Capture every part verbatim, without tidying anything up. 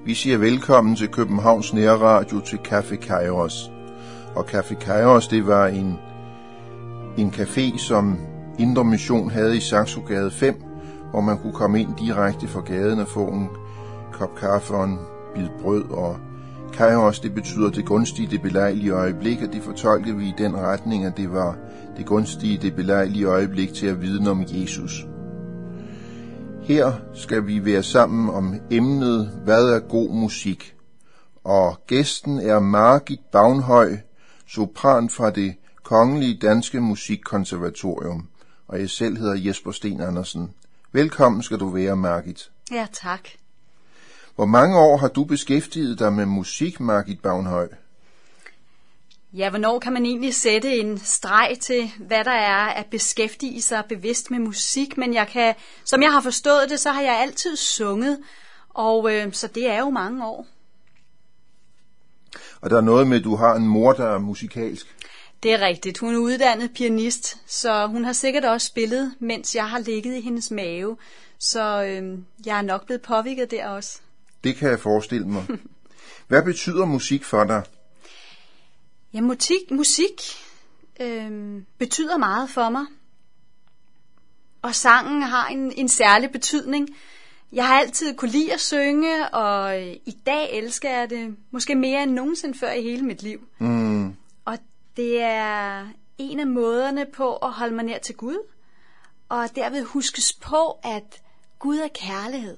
Vi siger velkommen til Københavns Nærradio til Café Kairos. Og Café Kairos, det var en, en café, som Indre Mission havde i Saxogade fem, hvor man kunne komme ind direkte fra gaden og få en kop kaffe og en bid brød. Og Kairos, det betyder det gunstige, det belejlige øjeblik, og det fortolkede vi i den retning, at det var det gunstige, det belejlige øjeblik til at vidne om Jesus. Her skal vi være sammen om emnet, hvad er god musik? Og gæsten er Margit Bavnhøj, sopran fra det Kongelige Danske Musikkonservatorium. Og jeg selv hedder Jesper Sten Andersen. Velkommen skal du være, Margit. Ja, tak. Hvor mange år har du beskæftiget dig med musik, Margit Bavnhøj? Ja, hvornår kan man egentlig sætte en streg til, hvad der er at beskæftige sig bevidst med musik? Men jeg kan, som jeg har forstået det, så har jeg altid sunget, og øh, så det er jo mange år. Og der er noget med, at du har en mor, der er musikalsk? Det er rigtigt. Hun er uddannet pianist, så hun har sikkert også spillet, mens jeg har ligget i hendes mave. Så øh, jeg er nok blevet påvirket der også. Det kan jeg forestille mig. Hvad betyder musik for dig? Ja, musik, musik øh, betyder meget for mig. Og sangen har en, en særlig betydning. Jeg har altid kunne lide at synge, og i dag elsker jeg det måske mere end nogensinde før i hele mit liv. Mm. Og det er en af måderne på at holde mig nær til Gud, og derved huskes på, at Gud er kærlighed.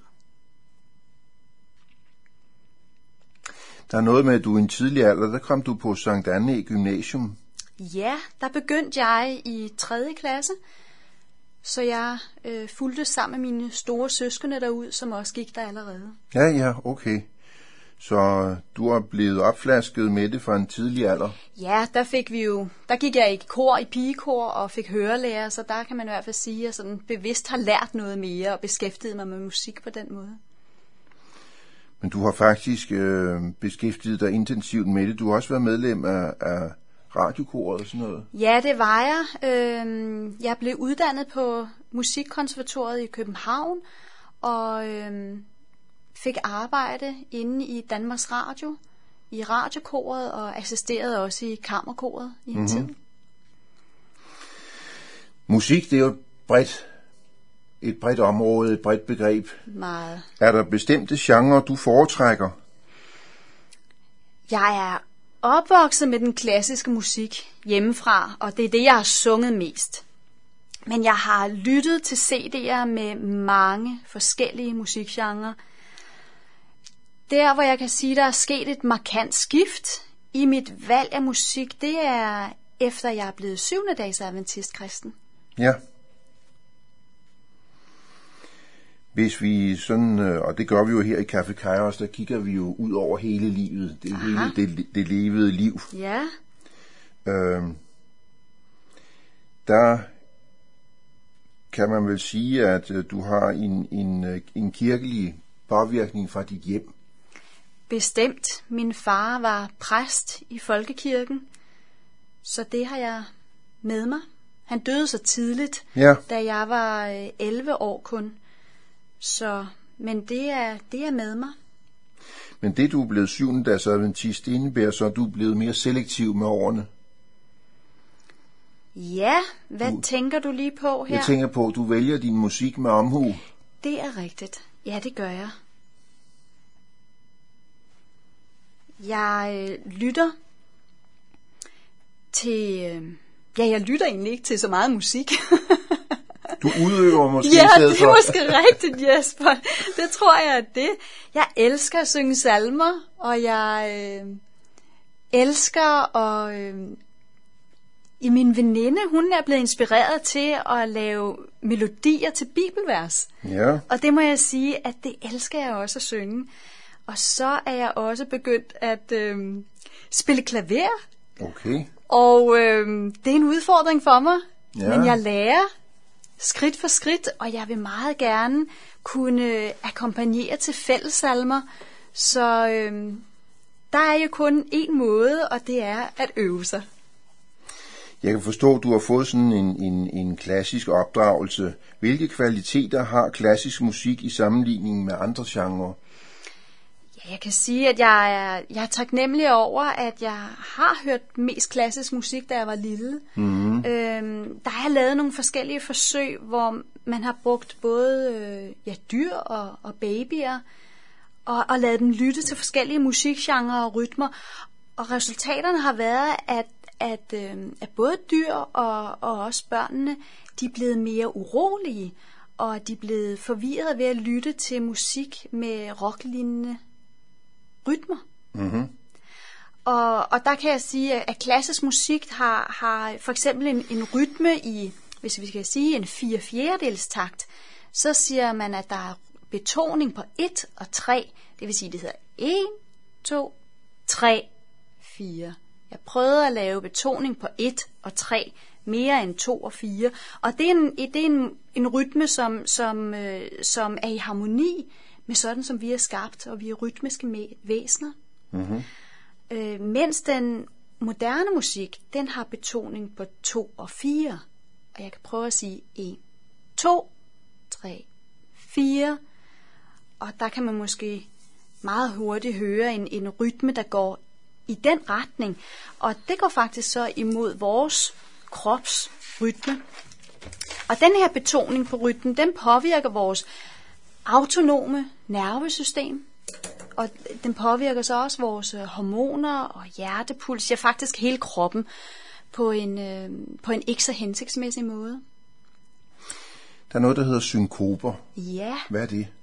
Der er noget med, at du i en tidlig alder, der kom du på Sankt Annæ Gymnasium. Ja, der begyndte jeg i tredje klasse, så jeg øh, fulgte sammen med mine store søskende derud, som også gik der allerede. Ja, ja, okay. Så du er blevet opflasket med det fra en tidlig alder? Ja, der fik vi jo, der gik jeg i kor, i pigekor og fik hørelærer, så der kan man i hvert fald sige, at jeg sådan bevidst har lært noget mere og beskæftiget mig med musik på den måde. Men du har faktisk øh, beskæftiget dig intensivt med det. Du har også været medlem af, af radiokoret og sådan noget. Ja, det var jeg. Øh, jeg blev uddannet på Musikkonservatoriet i København, og øh, fik arbejde inde i Danmarks Radio, i radiokoret, og assisterede også i kammerkoret i en mm-hmm. tid. Musik, det er jo et bredt, et bredt område, et bredt begreb. Meget. Er der bestemte genrer, du foretrækker? Jeg er opvokset med den klassiske musik hjemmefra, og det er det, jeg har sunget mest. Men jeg har lyttet til C D'er med mange forskellige musikgenrer. Der, hvor jeg kan sige, der er sket et markant skift i mit valg af musik, det er efter jeg er blevet syvende dags adventist-kristen. Ja. Hvis vi sådan, og det gør vi jo her i Café Kairos, der kigger vi jo ud over hele livet, det hele det, det levede liv. Ja. Øhm, der kan man vel sige, at du har en, en, en kirkelig påvirkning fra dit hjem. Bestemt. Min far var præst i folkekirken, så det har jeg med mig. Han døde så tidligt, ja. Da jeg var elleve år kun. Så, men det er, det er med mig. Men det, du er blevet syvende dags adventist, det indebærer så, at du er blevet mere selektiv med årene. Ja, hvad du, tænker du lige på her? Jeg tænker på, at du vælger din musik med omhu. Det er rigtigt. Ja, det gør jeg. Jeg øh, lytter til... Øh, ja, jeg lytter egentlig ikke til så meget musik. Du udøver måske ja, i stedet for. Ja, det er måske rigtigt, Jesper. Det tror jeg, at det. Jeg elsker at synge salmer, og jeg øh, elsker at... Øh, i min veninde, hun er blevet inspireret til at lave melodier til bibelvers. Ja. Og det må jeg sige, at det elsker jeg også at synge. Og så er jeg også begyndt at øh, spille klaver. Okay. Og øh, det er en udfordring for mig. Ja. Men jeg lærer skridt for skridt, og jeg vil meget gerne kunne akkompagnere til fællessalmer. Så øh, der er jo kun én måde, og det er at øve sig. Jeg kan forstå, at du har fået sådan en, en, en klassisk opdragelse. Hvilke kvaliteter har klassisk musik i sammenligning med andre genrer? Jeg kan sige, at jeg er, jeg er taknemmelig over, at jeg har hørt mest klassisk musik, da jeg var lille. Mm-hmm. Øhm, der er lavet nogle forskellige forsøg, hvor man har brugt både øh, ja, dyr og, og babyer, og, og lavet dem lytte til forskellige musikgenrer og rytmer. Og resultaterne har været, at, at, øh, at både dyr og, og også børnene, de er blevet mere urolige, og de er blevet forvirret ved at lytte til musik med rocklignende rytmer. Mm-hmm. Og, og der kan jeg sige, at klassisk musik har, har for eksempel en, en rytme i, hvis vi skal sige en fire fjerdedels takt, så siger man, at der er betoning på et og tre. Det vil sige, det hedder en, to, tre, fire. Jeg prøvede at lave betoning på et og tre, mere end to og fire. Og det er en, det er en, en rytme, som, som, øh, som er i harmoni med sådan, som vi er skabt, og vi er rytmiske væsener. Mm-hmm. Øh, mens den moderne musik, den har betoning på to og fire. Og jeg kan prøve at sige en, to, tre, fire. Og der kan man måske meget hurtigt høre en, en rytme, der går i den retning. Og det går faktisk så imod vores krops rytme. Og den her betoning på rytmen, den påvirker vores autonome nervesystem, og den påvirker så også vores hormoner og hjertepuls, ja faktisk hele kroppen, på en, øh, på en ikke så hensigtsmæssig måde. Der er noget, der hedder synkoper. Ja. Hvad er det?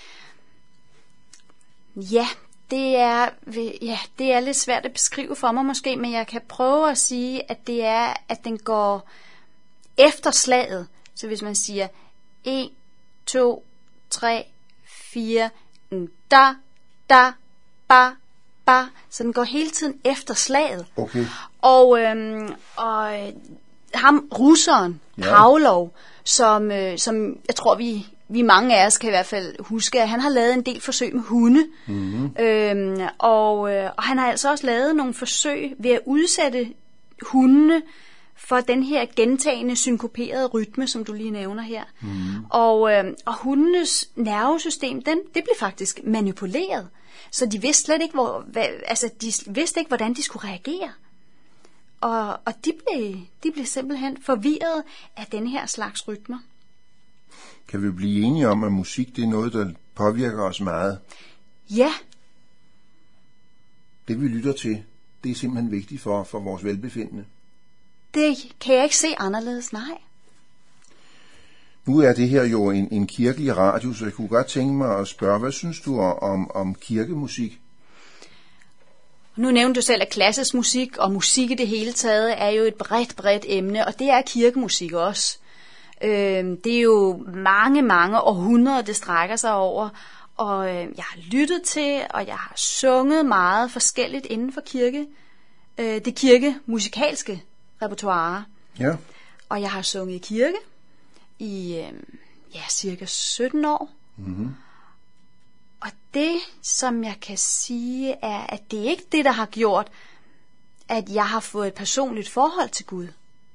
Ja, det er, ja, det er lidt svært at beskrive for mig måske, men jeg kan prøve at sige, at det er, at den går efter slaget. Så hvis man siger en, to, tre, fire, da, da, ba, ba, så den går hele tiden efter slaget. Okay. Og, øhm, og ham, russeren, ja. Pavlov, som, øh, som jeg tror, vi, vi mange af os kan i hvert fald huske, at han har lavet en del forsøg med hunde. Mm-hmm. Øhm, og, øh, og han har altså også lavet nogle forsøg ved at udsætte hundene for den her gentagende synkoperede rytme, som du lige nævner her. Mm. Og, øh, og hundenes nervesystem, den, det blev faktisk manipuleret. Så de vidste slet ikke, hvor, hvad, altså de vidste ikke, hvordan de skulle reagere. Og, og de, blev, de blev simpelthen forvirret af den her slags rytmer. Kan vi blive enige om, at musik det er noget, der påvirker os meget? Ja. Det vi lytter til, det er simpelthen vigtigt for, for vores velbefindende. Det kan jeg ikke se anderledes, nej. Nu er det her jo en, en kirkelig radio, så jeg kunne godt tænke mig at spørge, hvad synes du om, om kirkemusik? Nu nævnte du selv, at klassisk musik og musik i det hele taget er jo et bredt, bredt emne, og det er kirkemusik også. Øh, det er jo mange, mange århundreder, det strækker sig over, og øh, jeg har lyttet til, og jeg har sunget meget forskelligt inden for kirke, øh, det kirkemusikalske repertoire. Ja. Og jeg har sunget i kirke i øh, ja, cirka sytten år. Mm-hmm. Og det, som jeg kan sige, er, at det er ikke det, der har gjort, at jeg har fået et personligt forhold til Gud.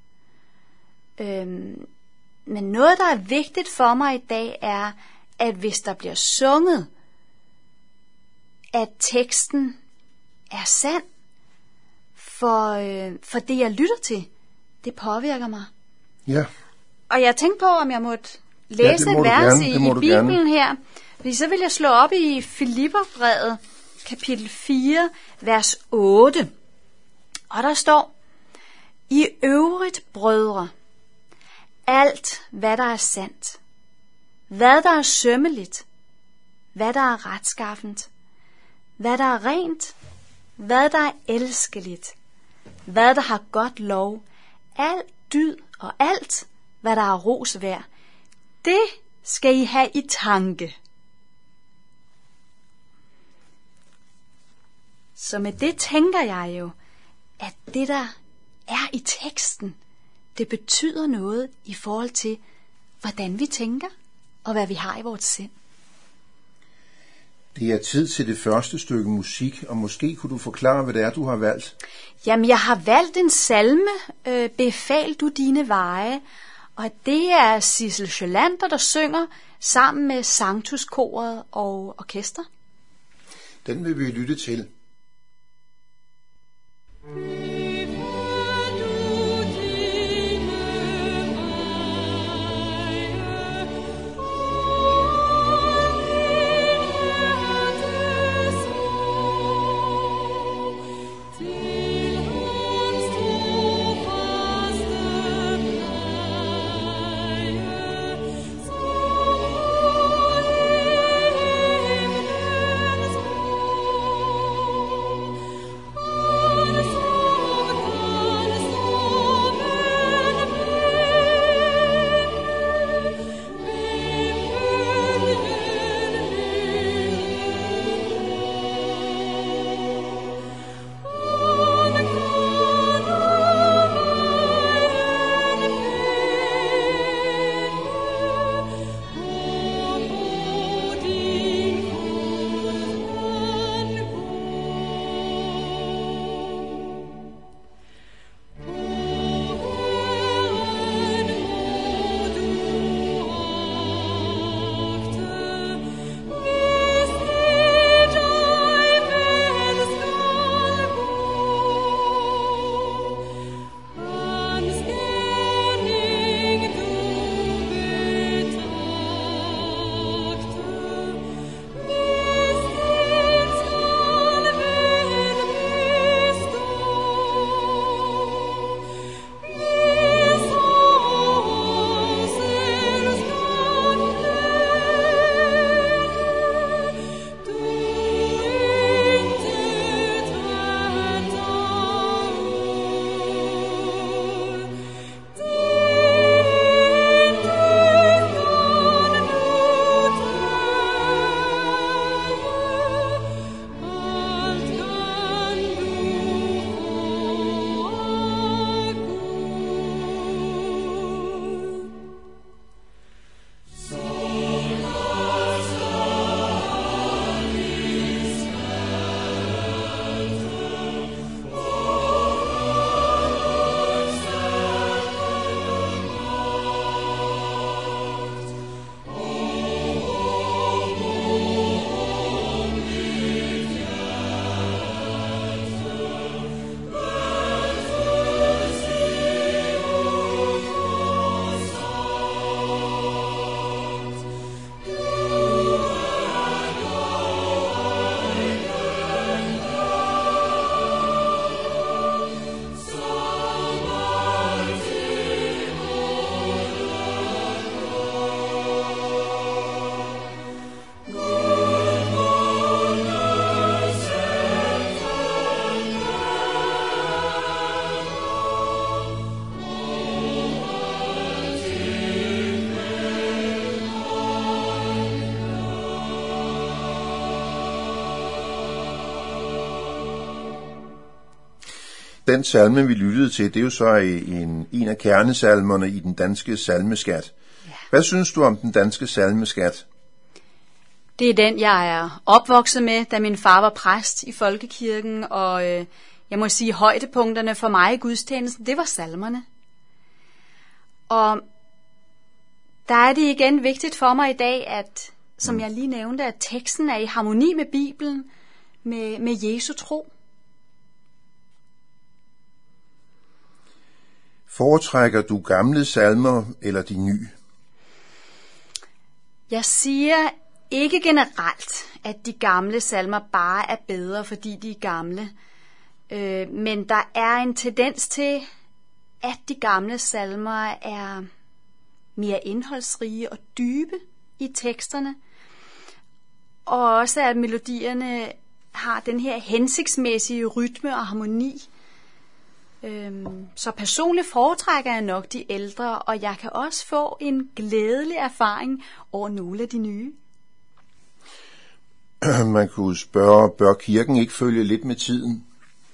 Øhm, men noget, der er vigtigt for mig i dag, er, at hvis der bliver sunget, at teksten er sand, for, øh, for det, jeg lytter til, det påvirker mig. Ja. Og jeg tænkte på, om jeg måtte læse ja, et vers i, i Bibelen gerne. Her. Fordi så vil jeg slå op i Filipperbrevet, kapitel fire, vers otte. Og der står, i øvrigt, brødre, alt hvad der er sandt, hvad der er sømmeligt, hvad der er retskaffent, hvad der er rent, hvad der er elskeligt, hvad der har godt lov, alt dyd og alt, hvad der er ros værd, det skal I have i tanke. Så med det tænker jeg jo, at det der er i teksten, det betyder noget i forhold til, hvordan vi tænker, og hvad vi har i vores sind. Det er tid til det første stykke musik, og måske kunne du forklare, hvad det er, du har valgt? Jamen, jeg har valgt en salme, øh, Befal du dine veje, og det er Sissel Schølander, der synger sammen med Sanctus-koret og orkester. Den vil vi lytte til. Den salme, vi lyttede til, det er jo så en, en af kernesalmerne i den danske salmeskat. Ja. Hvad synes du om den danske salmeskat? Det er den, jeg er opvokset med, da min far var præst i folkekirken, og øh, jeg må sige, højdepunkterne for mig i gudstjenesten, det var salmerne. Og der er det igen vigtigt for mig i dag, at, som mm. jeg lige nævnte, at teksten er i harmoni med Bibelen, med, med Jesu tro. Foretrækker du gamle salmer eller de nye? Jeg siger ikke generelt, at de gamle salmer bare er bedre, fordi de er gamle. Øh, men der er en tendens til, at de gamle salmer er mere indholdsrige og dybe i teksterne. Og også at melodierne har den her hensigtsmæssige rytme og harmoni. Så personligt foretrækker jeg nok de ældre, og jeg kan også få en glædelig erfaring over nogle af de nye. Man kunne spørge, bør kirken ikke følge lidt med tiden?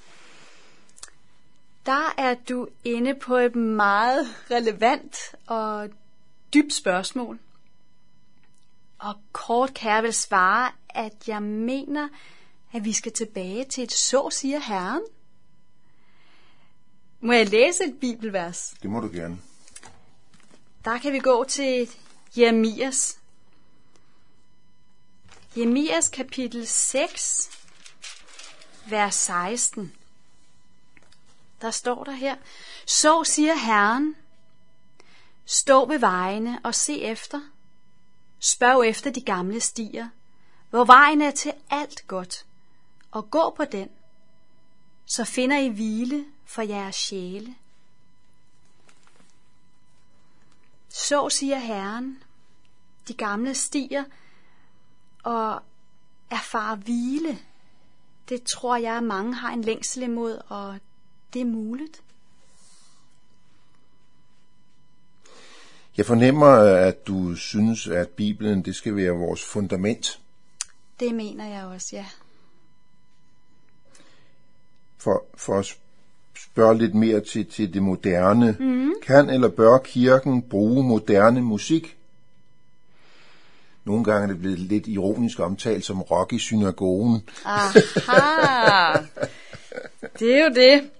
Der er du inde på et meget relevant og dybt spørgsmål. Og kort kan jeg vel svare, at jeg mener, at vi skal tilbage til et så siger Herren. Må jeg læse et bibelvers? Det må du gerne. Der kan vi gå til Jeremias. Jeremias kapitel seks vers seksten. Der står der her: Så siger Herren, stå ved vejene og se efter. Spørg efter de gamle stier, hvor vejen er til alt godt, og gå på den, så finder I hvile for jeres sjæle. Så siger Herren, de gamle stier, og erfare hvile. Det tror jeg, mange har en længsel imod, og det er muligt. Jeg fornemmer, at du synes, at Bibelen det skal være vores fundament. Det mener jeg også, ja. For, for at spørge lidt mere til, til det moderne. Mm. Kan eller bør kirken bruge moderne musik? Nogle gange er det blevet lidt ironisk omtalt som rock i synagogen. Aha! Det er jo det.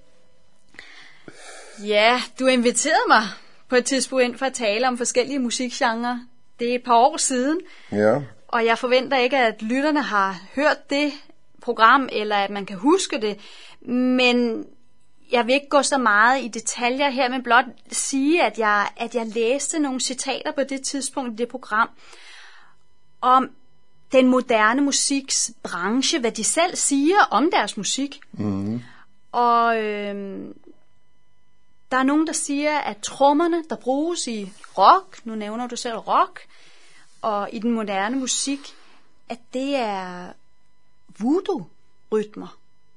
Ja, du inviterede mig på et tidspunkt ind for at tale om forskellige musikgenrer. Det er et par år siden. Ja. Og jeg forventer ikke, at lytterne har hørt det program, eller at man kan huske det. Men jeg vil ikke gå så meget i detaljer her, men blot sige, at jeg, at jeg læste nogle citater på det tidspunkt i det program, om den moderne musiks branche, hvad de selv siger om deres musik. Mm. Og øh, der er nogen, der siger, at trommerne, der bruges i rock, nu nævner du selv rock, og i den moderne musik, at det er voodoo-rytmer.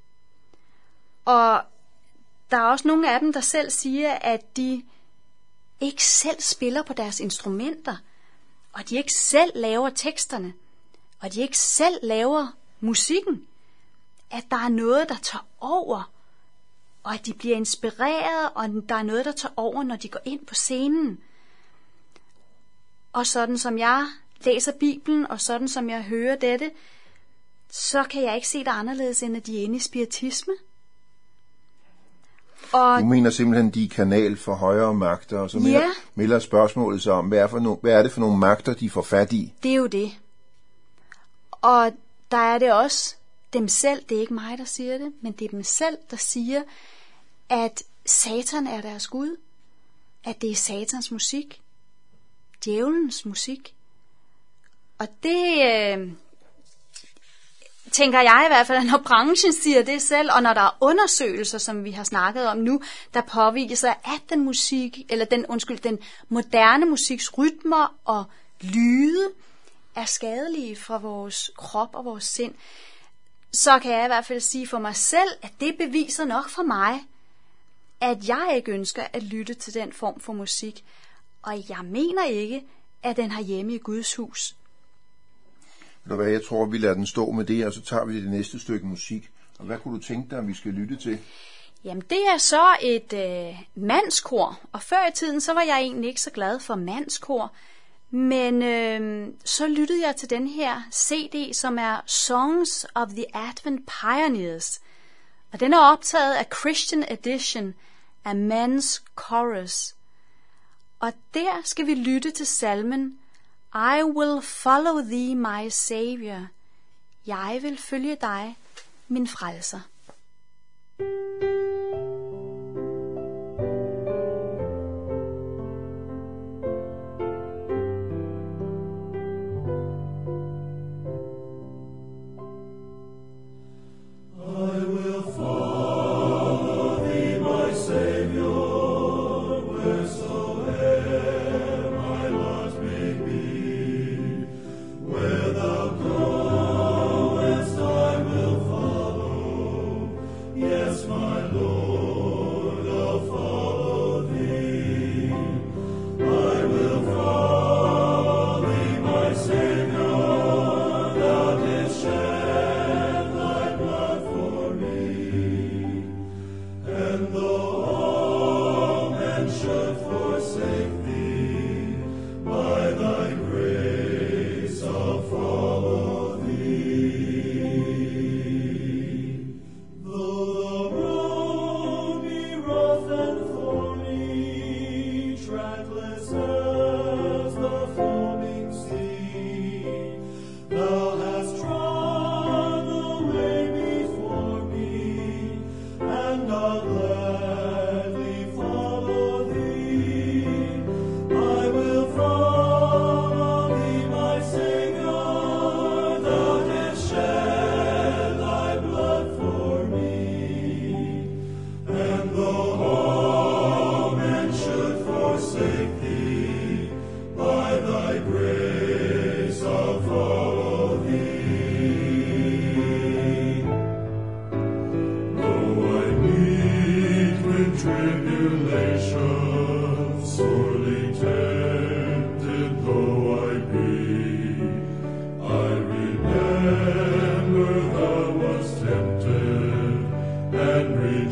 Og der er også nogle af dem, der selv siger, at de ikke selv spiller på deres instrumenter, og de ikke selv laver teksterne, og de ikke selv laver musikken. At der er noget, der tager over, og at de bliver inspireret, og der er noget, der tager over, når de går ind på scenen. Og sådan som jeg læser Bibelen, og sådan som jeg hører dette, så kan jeg ikke se det anderledes, end at de er inde i spiritisme. Og du mener simpelthen, de er kanal for højere magter, og så melder, ja. melder spørgsmålet sig om, hvad er, for no, hvad er det for nogle magter, de får fat i? Det er jo det. Og der er det også dem selv, det er ikke mig, der siger det, men det er dem selv, der siger, at Satan er deres Gud, at det er Satans musik, djævelens musik. Og det øh, tænker jeg i hvert fald, når branchen siger det selv, og når der er undersøgelser, som vi har snakket om nu, der påviser, at den musik, eller den, undskyld, den moderne musiks rytmer og lyde er skadelige for vores krop og vores sind, så kan jeg i hvert fald sige for mig selv, at det beviser nok for mig, at jeg ikke ønsker at lytte til den form for musik, og jeg mener ikke, at den har hjemme i Guds hus. Ved du hvad, jeg tror, vi lader den stå med det, og så tager vi det næste stykke musik. Og hvad kunne du tænke dig, at vi skal lytte til? Jamen, det er så et øh, mandskor, og før i tiden, så var jeg egentlig ikke så glad for mandskor, men øh, så lyttede jeg til den her C D, som er Songs of the Advent Pioneers, og den er optaget af Christian Edition af Men's Chorus, og der skal vi lytte til salmen I will follow thee, my Savior. Jeg vil følge dig, min frelser. Where thou goest, I will follow.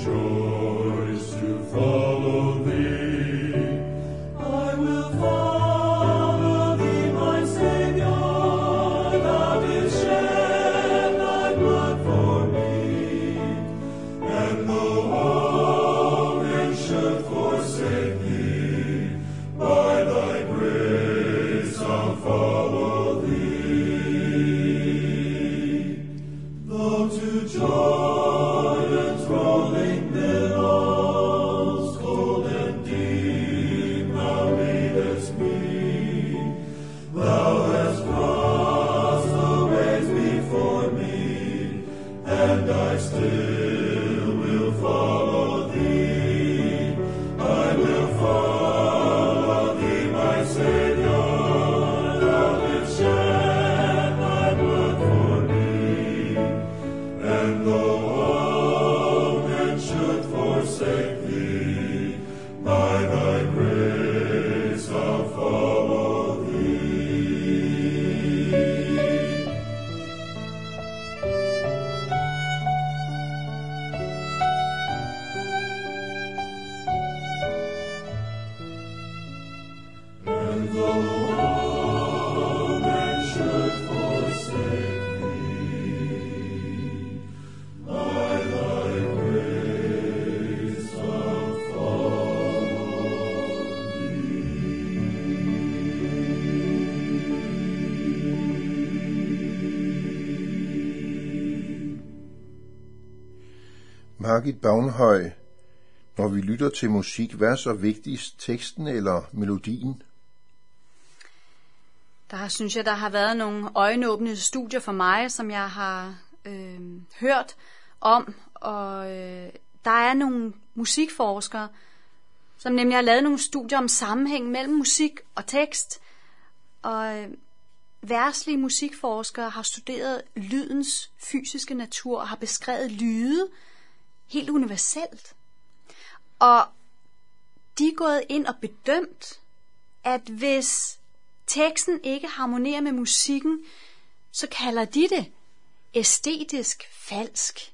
rejoice to follow thee. I will follow thee, my Savior. Thou didst shed thy blood for me, and though all men should forsake thee, by thy grace I'll follow thee. Though to Jordan's rolling billows, cold and deep thou leadest me, thou hast crossed the ways before me, and I still will follow thee. I will follow thee, my Savior. Thou didst shed thy blood for me, and though all men should forsake thee, by thy grace I'll follow thee. And though all men should forsake thee, by thy grace I'll follow thee. Margit Bavnhøj, når vi lytter til musik, hvad er så vigtigst, teksten eller melodien? Der synes jeg, der har været nogle øjenåbne studier for mig, som jeg har øh, hørt om. Og øh, der er nogle musikforskere, som nemlig har lavet nogle studier om sammenhæng mellem musik og tekst. Og øh, verdslige musikforskere har studeret lydens fysiske natur og har beskrevet lyde helt universelt. Og de er gået ind og bedømt, at hvis teksten ikke harmonerer med musikken, så kalder de det æstetisk falsk.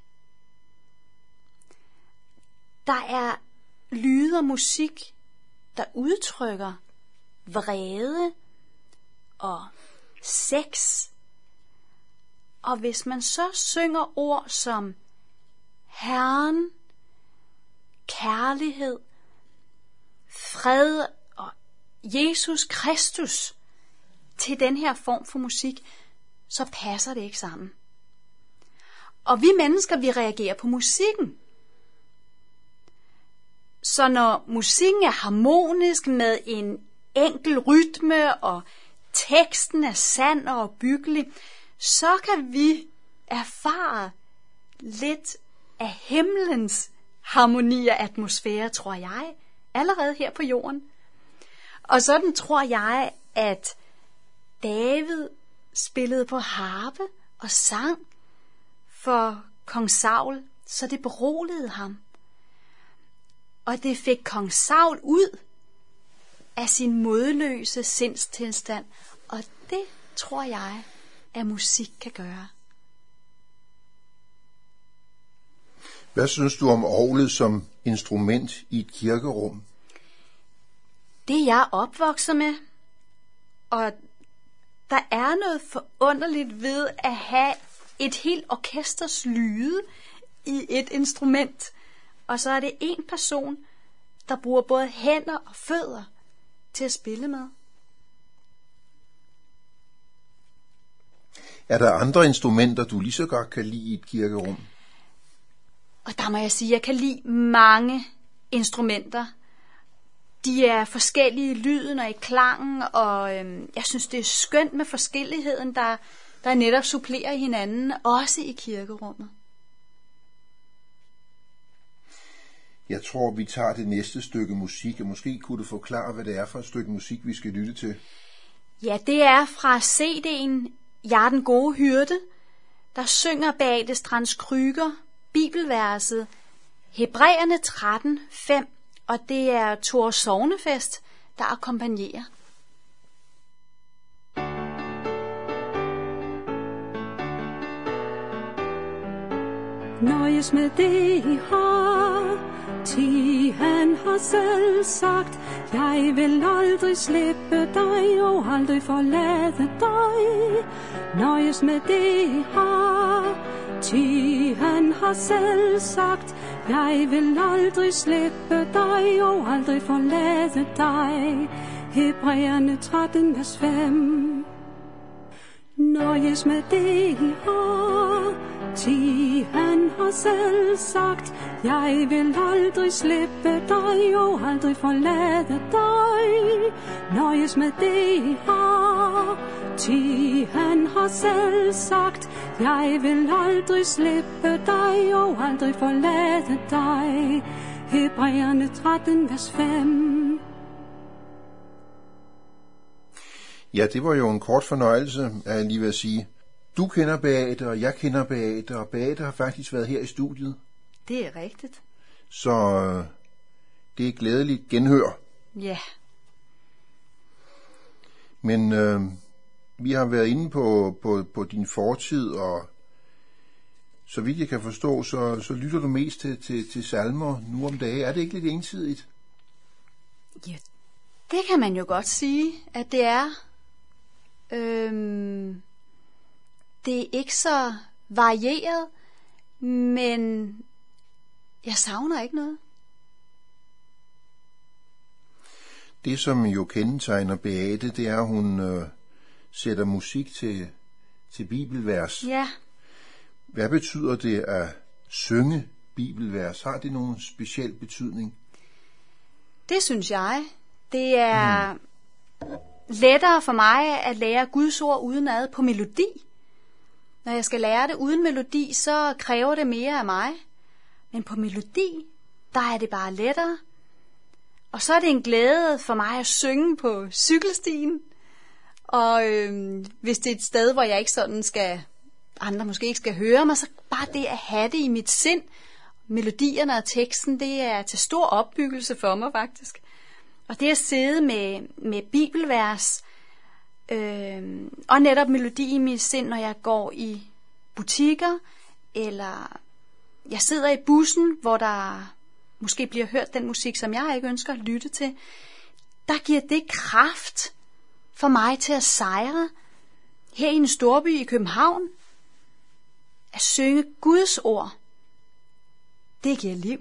Der er lyde og musik, der udtrykker vrede og sex. Og hvis man så synger ord som Herren, kærlighed, fred og Jesus Kristus til den her form for musik, så passer det ikke sammen. Og vi mennesker, vi reagerer på musikken. Så når musikken er harmonisk med en enkel rytme, og teksten er sand og opbyggelig, så kan vi erfare lidt af himlens harmoni og atmosfære, tror jeg, allerede her på jorden. Og sådan tror jeg, at David spillede på harpe og sang for kong Saul, så det beroligede ham. Og det fik kong Saul ud af sin modløse sindstilstand. Og det tror jeg, at musik kan gøre. Hvad synes du om orglet som instrument i et kirkerum? Det er jeg opvokset med, og der er noget forunderligt ved at have et helt orkesters lyde i et instrument. Og så er det en person, der bruger både hænder og fødder til at spille med. Er der andre instrumenter, du lige så godt kan lide i et kirkerum? Og der må jeg sige, at jeg kan lide mange instrumenter. De er forskellige i lyden og i klangen, og øhm, jeg synes, det er skønt med forskelligheden, der, der netop supplerer hinanden, også i kirkerummet. Jeg tror, vi tager det næste stykke musik, og måske kunne du forklare, hvad det er for et stykke musik, vi skal lytte til. Ja, det er fra C D'en Jeg er den gode hyrde, der synger bag det Strands Kryger bibelverset Hebræerne tretten fem, og det er Thor Sognefest, der akkompagnerer. nøjes med det I har. Ti han har selv sagt, jeg vil aldrig slippe dig og aldrig forlade dig. Nøjes med det I har. Ti han har selv sagt, jeg vil aldrig slippe dig og aldrig forlade dig. Hebræerne tretten, vers fem. Nøjes med det I har. Ti han har selv sagt, jeg vil aldrig slippe dig og aldrig forlade dig. Nøjes med det I har. Ti han har selv sagt, jeg vil aldrig slippe dig og aldrig forlade dig. Hebræerne tretten, vers fem. Ja, det var jo en kort fornøjelse, er jeg lige ved at sige. Du kender Beate, og jeg kender Beate, og Beate har faktisk været her i studiet. Det er rigtigt. Så øh, det er glædeligt genhør. Ja. Men øh, vi har været inde på, på, på din fortid, og så vidt jeg kan forstå, så, så lytter du mest til, til, til salmer nu om dagen. Er det ikke lidt ensidigt? Ja, det kan man jo godt sige, at det er. Øhm, det er ikke så varieret, men jeg savner ikke noget. Det, som jo kendetegner Beate, det er, at hun øh, sætter musik til, til bibelvers. Ja. Hvad betyder det at synge bibelvers? Har det nogen speciel betydning? Det synes jeg. Det er mm. lettere for mig at lære Guds ord udenad på melodi. Når jeg skal lære det uden melodi, så kræver det mere af mig. Men på melodi, der er det bare lettere. Og så er det en glæde for mig at synge på cykelstien. Og øh, hvis det er et sted, hvor jeg ikke sådan skal, andre måske ikke skal høre mig, så bare det at have det i mit sind. Melodierne og teksten, det er til stor opbyggelse for mig faktisk. Og det at sidde med, med bibelvers, øh, og netop melodi i mit sind, når jeg går i butikker, eller jeg sidder i bussen, hvor der måske bliver hørt den musik, som jeg ikke ønsker at lytte til, der giver det kraft for mig til at sejre her i en storby i København. At synge Guds ord, det giver liv.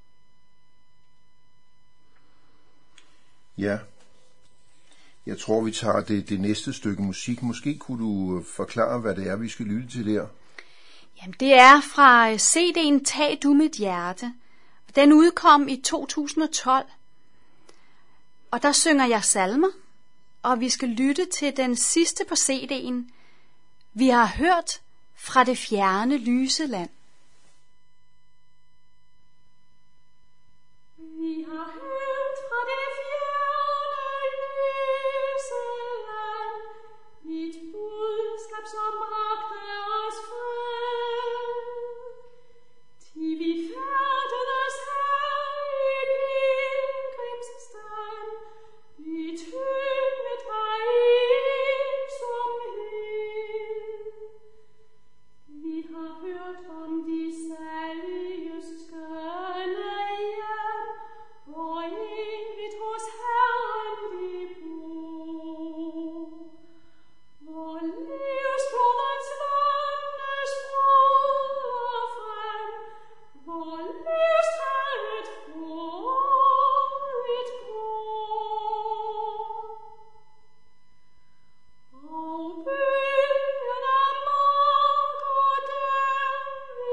Ja, jeg tror, vi tager det, det næste stykke musik. Måske kunne du forklare, hvad det er, vi skal lytte til der? Jamen, det er fra C D'en Tag du mit hjerte. Den udkom i to tusind og tolv. Og der synger jeg salmer, og vi skal lytte til den sidste på C D'en. Vi har hørt fra det fjerne lyse land. Vi har hørt fra det fjerne lyse land, et budskab, som bragte os fred. Til vi færdedes her i pilgrimsstand, vi tynget af ensomhed. Vi har hørt om de saliges skønne hjem, hvor evigt hos Herren vi bor. Hvor livsflodens vande stråler frem, hvor livstræet frodigt gror. Og byen er mark, og der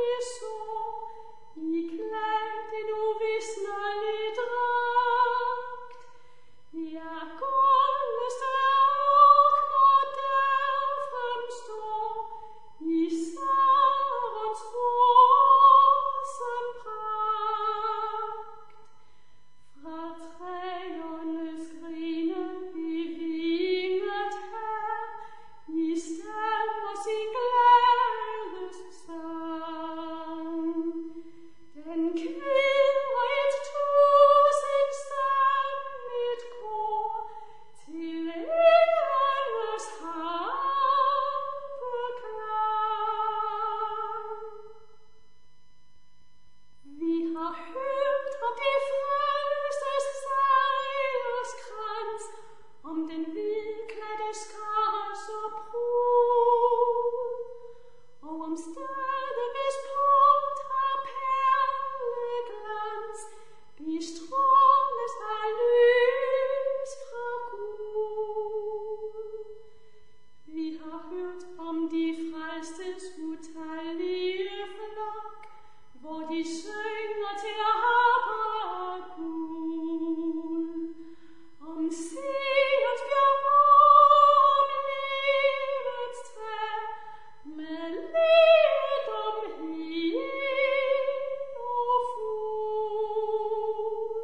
stade, hvis port har perleglans, bestråles af lys fra Gud. Vi har hørt om de frelstes utallige flok, hvor de synger til Abraham Gud. Om Sions bjerg, om livets træ, med legedom helt og fuld.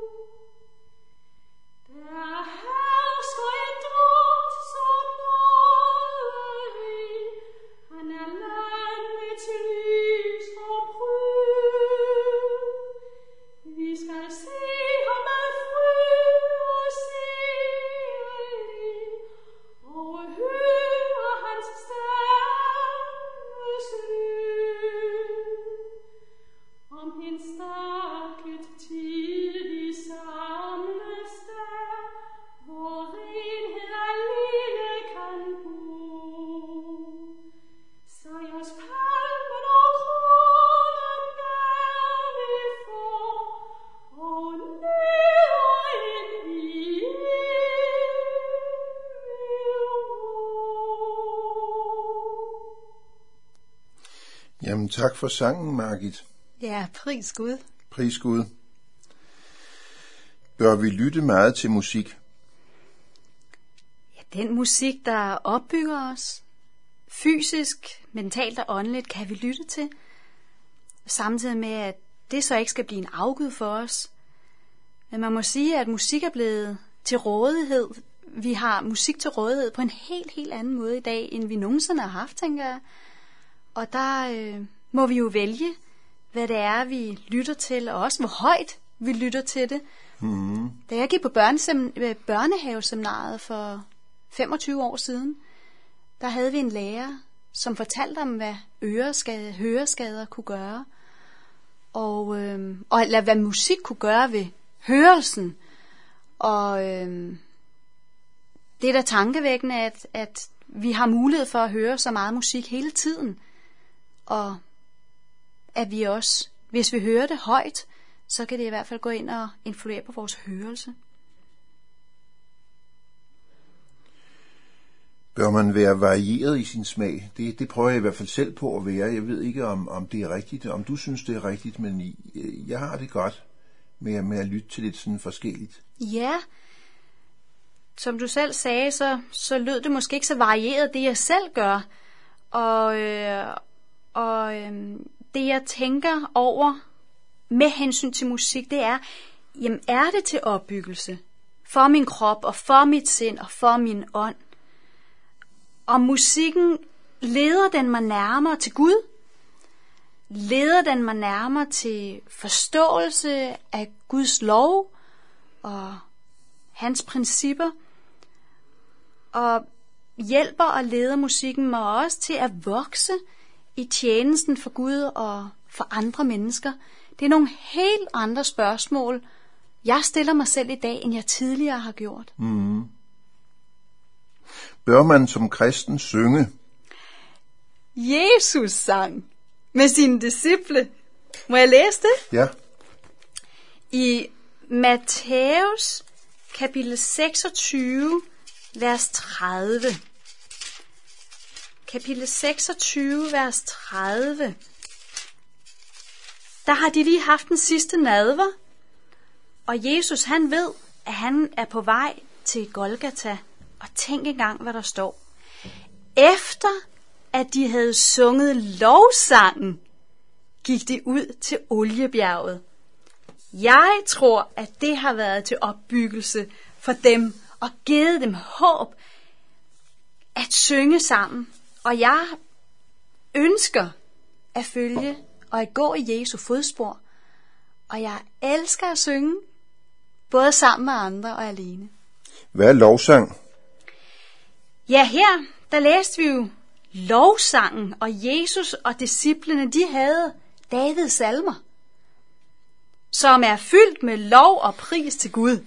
Der hersker en drot så nådig, han er landets lys og pryd. Vi skal se ham med fryd og selig, og høre hans stemmes lyd. Om en stakket tid vi samles der, hvor renhed alene kan bo. Sejrspalmen og kronen gerne vi får, og nyder en evig ro. Jamen tak for sangen, Margit. Ja, pris Gud. Pris Gud. Bør vi lytte meget til musik? Ja, den musik, der opbygger os, fysisk, mentalt og åndeligt, kan vi lytte til. Samtidig med, at det så ikke skal blive en afgud for os. Men man må sige, at musik er blevet til rådighed. Vi har musik til rådighed på en helt, helt anden måde i dag, end vi nogensinde har haft, tænker jeg. Og der øh, må vi jo vælge, hvad det er, vi lytter til, og også hvor højt vi lytter til det. Mm. Da jeg gik på børnesem- børnehaveseminaret for femogtyve år siden, der havde vi en lærer, som fortalte om, hvad øreskade, høreskader kunne gøre, og, øh, og eller hvad musik kunne gøre ved hørelsen. Og øh, det er da tankevækkende, at, at vi har mulighed for at høre så meget musik hele tiden, og at vi også, hvis vi hører det højt, så kan det i hvert fald gå ind og influere på vores hørelse. Bør man være varieret i sin smag? Det, det prøver jeg i hvert fald selv på at være. Jeg ved ikke, om, om det er rigtigt, om du synes, det er rigtigt, men jeg har det godt med, med at lytte til lidt sådan forskelligt. Ja, som du selv sagde, så, så lød det måske ikke så varieret, det jeg selv gør. Og, øh, og øh, det jeg tænker over med hensyn til musik, det er, jamen er det til opbyggelse for min krop og for mit sind og for min ånd? Og musikken, leder den mig nærmere til Gud? Leder den mig nærmere til forståelse af Guds lov og hans principper? Og hjælper og leder musikken mig også til at vokse i tjenesten for Gud og for andre mennesker? Det er nogle helt andre spørgsmål, jeg stiller mig selv i dag, end jeg tidligere har gjort. Mm. Bør man som kristen synge? Jesus sang med sine disciple. Må jeg læse det? Ja. I Matthæus kapitel seksogtyve, vers tredive. Kapitel seksogtyve, vers tredive. Der har de lige haft den sidste nadver, og Jesus han ved, at han er på vej til Golgata. Og tænk engang, hvad der står. Efter at de havde sunget lovsangen, gik de ud til Oliebjerget. Jeg tror, at det har været til opbyggelse for dem og givet dem håb at synge sammen. Og jeg ønsker at følge og at gå i Jesu fodspor. Og jeg elsker at synge, både sammen med andre og alene. Hvad er lovsang? Ja, her der læste vi jo lovsangen, og Jesus og disciplene, de havde Davids salmer, som er fyldt med lov og pris til Gud.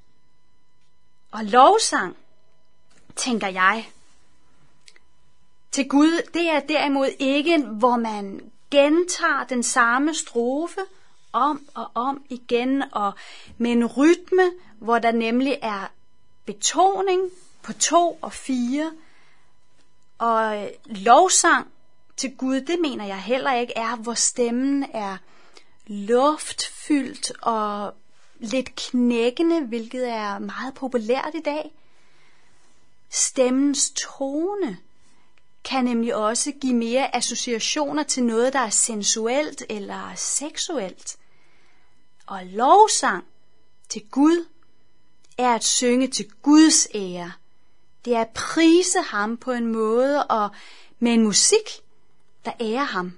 Og lovsang, tænker jeg, til Gud, det er derimod ikke, hvor man gentager den samme strofe om og om igen, og med en rytme, hvor der nemlig er betoning på to og fire, og lovsang til Gud, det mener jeg heller ikke er, hvor stemmen er luftfyldt og lidt knækkende, hvilket er meget populært i dag. Stemmens tone kan nemlig også give mere associationer til noget, der er sensuelt eller seksuelt. Og lovsang til Gud er at synge til Guds ære. Det er at prise ham på en måde og med en musik, der ærer ham.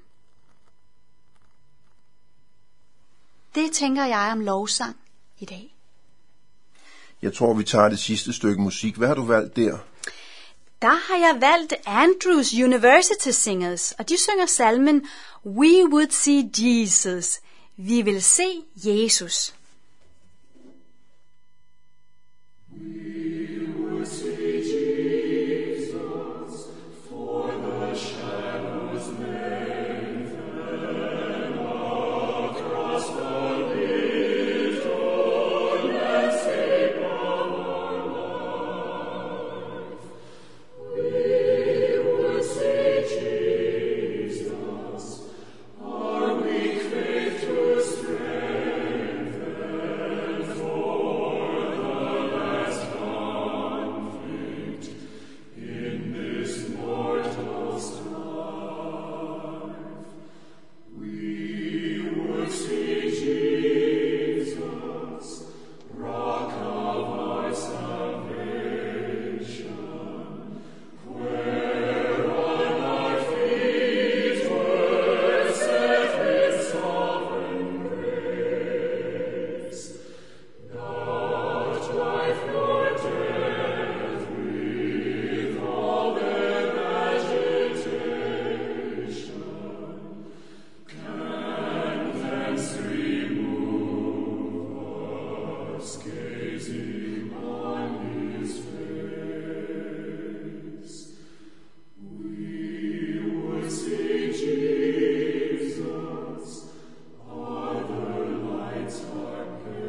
Det tænker jeg om lovsang i dag. Jeg tror, vi tager det sidste stykke musik. Hvad har du valgt der? Der har jeg valgt Andrews University Singers, og de synger salmen We Would See Jesus. Vi vil se Jesus. We would see Jesus, for the shadows lengthen across the little landscape of our life. We would see Jesus, our weak faith to strengthen for the last conflict in this mortal strife. We would see Jesus, rock of our salvation, where on our feet were set with sovereign grace. Not life nor death with all their agitation can thence remove us, gazing on his face. We would see Jesus, other lights are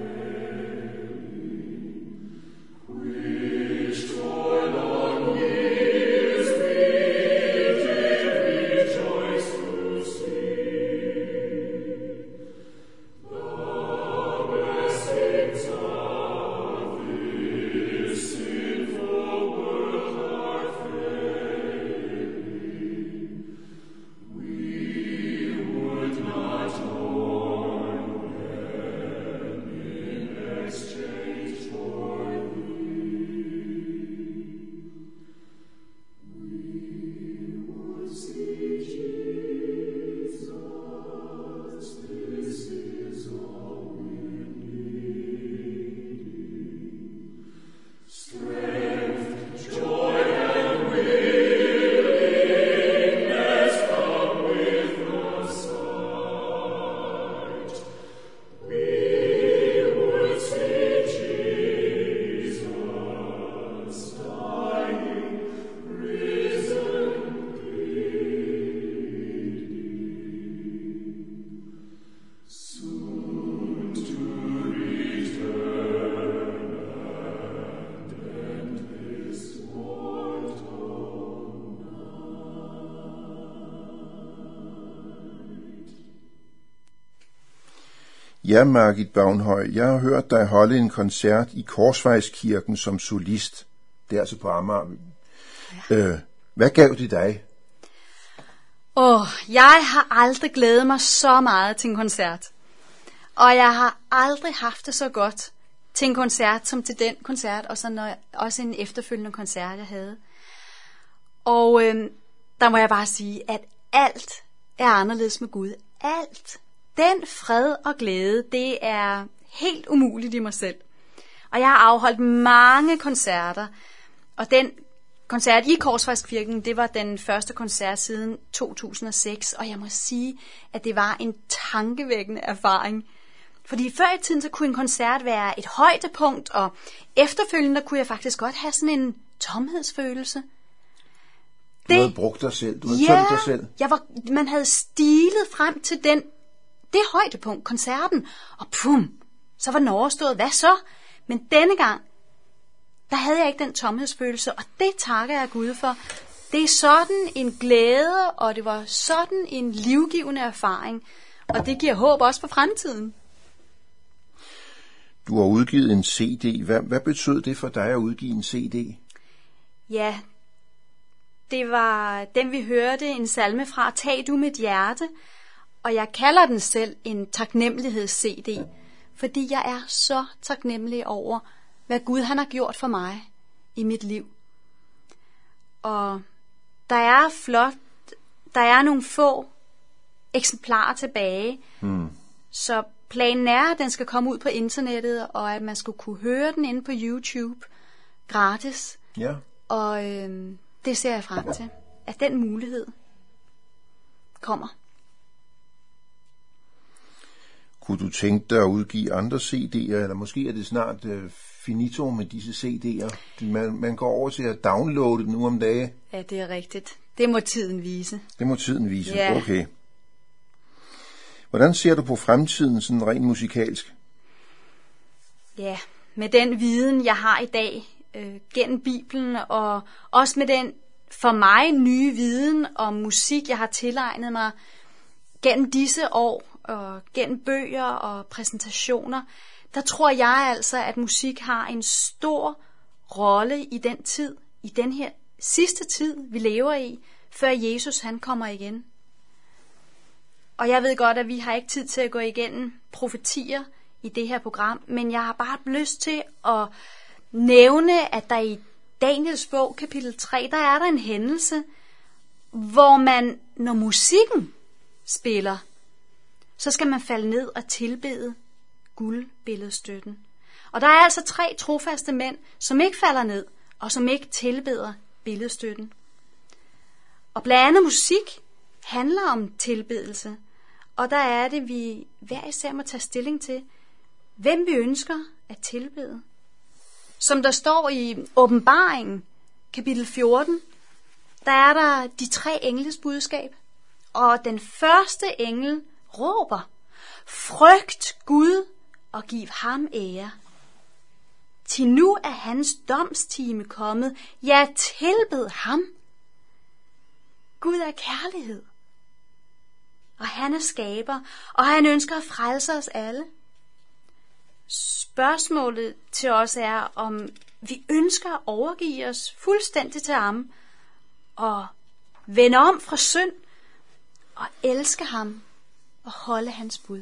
paling, which for long years we did rejoice to see. The blessings of this sinful world are failing. We would not own them in exchange for thee. We would see Jesus, this is all we're needing. Strength, joy, and willingness come with the sight. We would see Jesus, dying, risen, bleeding, soon to return and end this mortal night. Ja, Margit Bavnhøj, jeg har hørt dig holde en koncert i Korsvejskirken som solist. Det er altså på Amager. Ja. Øh, hvad gav det dig? Åh, oh, jeg har aldrig glædet mig så meget til en koncert. Og jeg har aldrig haft det så godt til en koncert som til den koncert, og så når, også en efterfølgende koncert, jeg havde. Og øh, der må jeg bare sige, at alt er anderledes med Gud. Alt. Den fred og glæde, det er helt umuligt i mig selv. Og jeg har afholdt mange koncerter, og den koncert i Korsvejskirken, det var den første koncert siden to tusind og seks, og jeg må sige, at det var en tankevækkende erfaring. Fordi før i tiden, så kunne en koncert være et højdepunkt, og efterfølgende kunne jeg faktisk godt have sådan en tomhedsfølelse. Du havde brugt dig selv, du havde ja, tømt dig selv. Jeg var, man havde stilet frem til den, det højdepunkt, koncerten, og pum, så var den overstået. Hvad så? Men denne gang, der havde jeg ikke den tomhedsfølelse, og det takker jeg Gud for. Det er sådan en glæde, og det var sådan en livgivende erfaring, og det giver håb også for fremtiden. Du har udgivet en C D. Hvad, hvad betød det for dig at udgive en C D? Ja, det var den, vi hørte en salme fra, Tag du mit hjerte, og jeg kalder den selv en taknemligheds-C D, fordi jeg er så taknemmelig over, hvad Gud han har gjort for mig i mit liv. Og der er flot, der er nogle få eksemplarer tilbage, hmm. så planen er, at den skal komme ud på internettet, og at man skulle kunne høre den inde på YouTube gratis. Ja. Og øh, det ser jeg frem til, at den mulighed kommer. Kunne du tænke dig at udgive andre C D'er, eller måske er det snart uh, finito med disse C D'er? Man, man går over til at downloade den nu om dage. Ja, det er rigtigt. Det må tiden vise. Det må tiden vise, ja. Okay. Hvordan ser du på fremtiden sådan rent musikalsk? Ja, med den viden, jeg har i dag øh, gennem Bibelen, og også med den for mig nye viden om musik, jeg har tilegnet mig gennem disse år, og gennem bøger og præsentationer, der tror jeg altså, at musik har en stor rolle i den tid, i den her sidste tid, vi lever i, før Jesus han kommer igen. Og jeg ved godt, at vi har ikke tid til at gå igennem profetier i det her program, men jeg har bare lyst til at nævne, at der i Daniels bog, kapitel tre, der er der en hændelse, hvor man, når musikken spiller, så skal man falde ned og tilbede guldbilledstøtten. Og der er altså tre trofaste mænd, som ikke falder ned, og som ikke tilbeder billedstøtten. Og blandt andet musik handler om tilbedelse, og der er det, vi hver især må tage stilling til, hvem vi ønsker at tilbede. Som der står i Åbenbaringen, kapitel fjorten, der er der de tre engles budskab, og den første engel råber, frygt Gud og giv ham ære. Til nu er hans domstime kommet, ja, tilbed ham. Gud er kærlighed, og han er skaber, og han ønsker at frelse os alle. Spørgsmålet til os er, om vi ønsker at overgive os fuldstændig til ham, og vende om fra synd, og elske ham, og holde hans bud.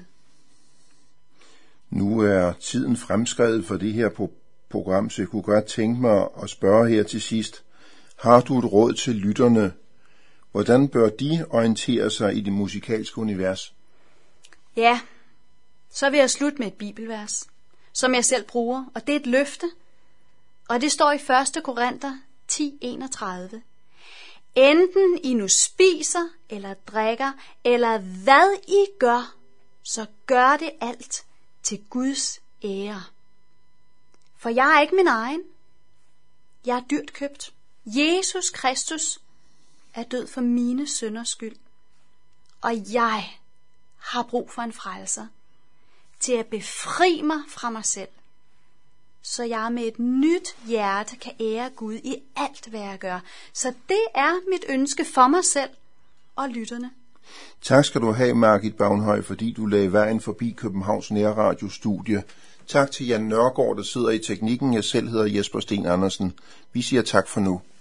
Nu er tiden fremskredet for det her program, så jeg kunne godt tænke mig at spørge her til sidst. Har du et råd til lytterne? Hvordan bør de orientere sig i det musikalske univers? Ja, så vil jeg slutte med et bibelvers, som jeg selv bruger, og det er et løfte, og det står i første Korinther ti enogtredive. Enten I nu spiser eller drikker, eller hvad I gør, så gør det alt til Guds ære. For jeg er ikke min egen. Jeg er dyrt købt. Jesus Kristus er død for mine synders skyld. Og jeg har brug for en frelser til at befri mig fra mig selv, så jeg med et nyt hjerte kan ære Gud i alt, hvad jeg gør. Så det er mit ønske for mig selv og lytterne. Tak skal du have, Margit Bavnhøj, fordi du lagde vejen forbi Københavns Nærradiostudie. Tak til Jan Nørgaard, der sidder i teknikken. Jeg selv hedder Jesper Sten Andersen. Vi siger tak for nu.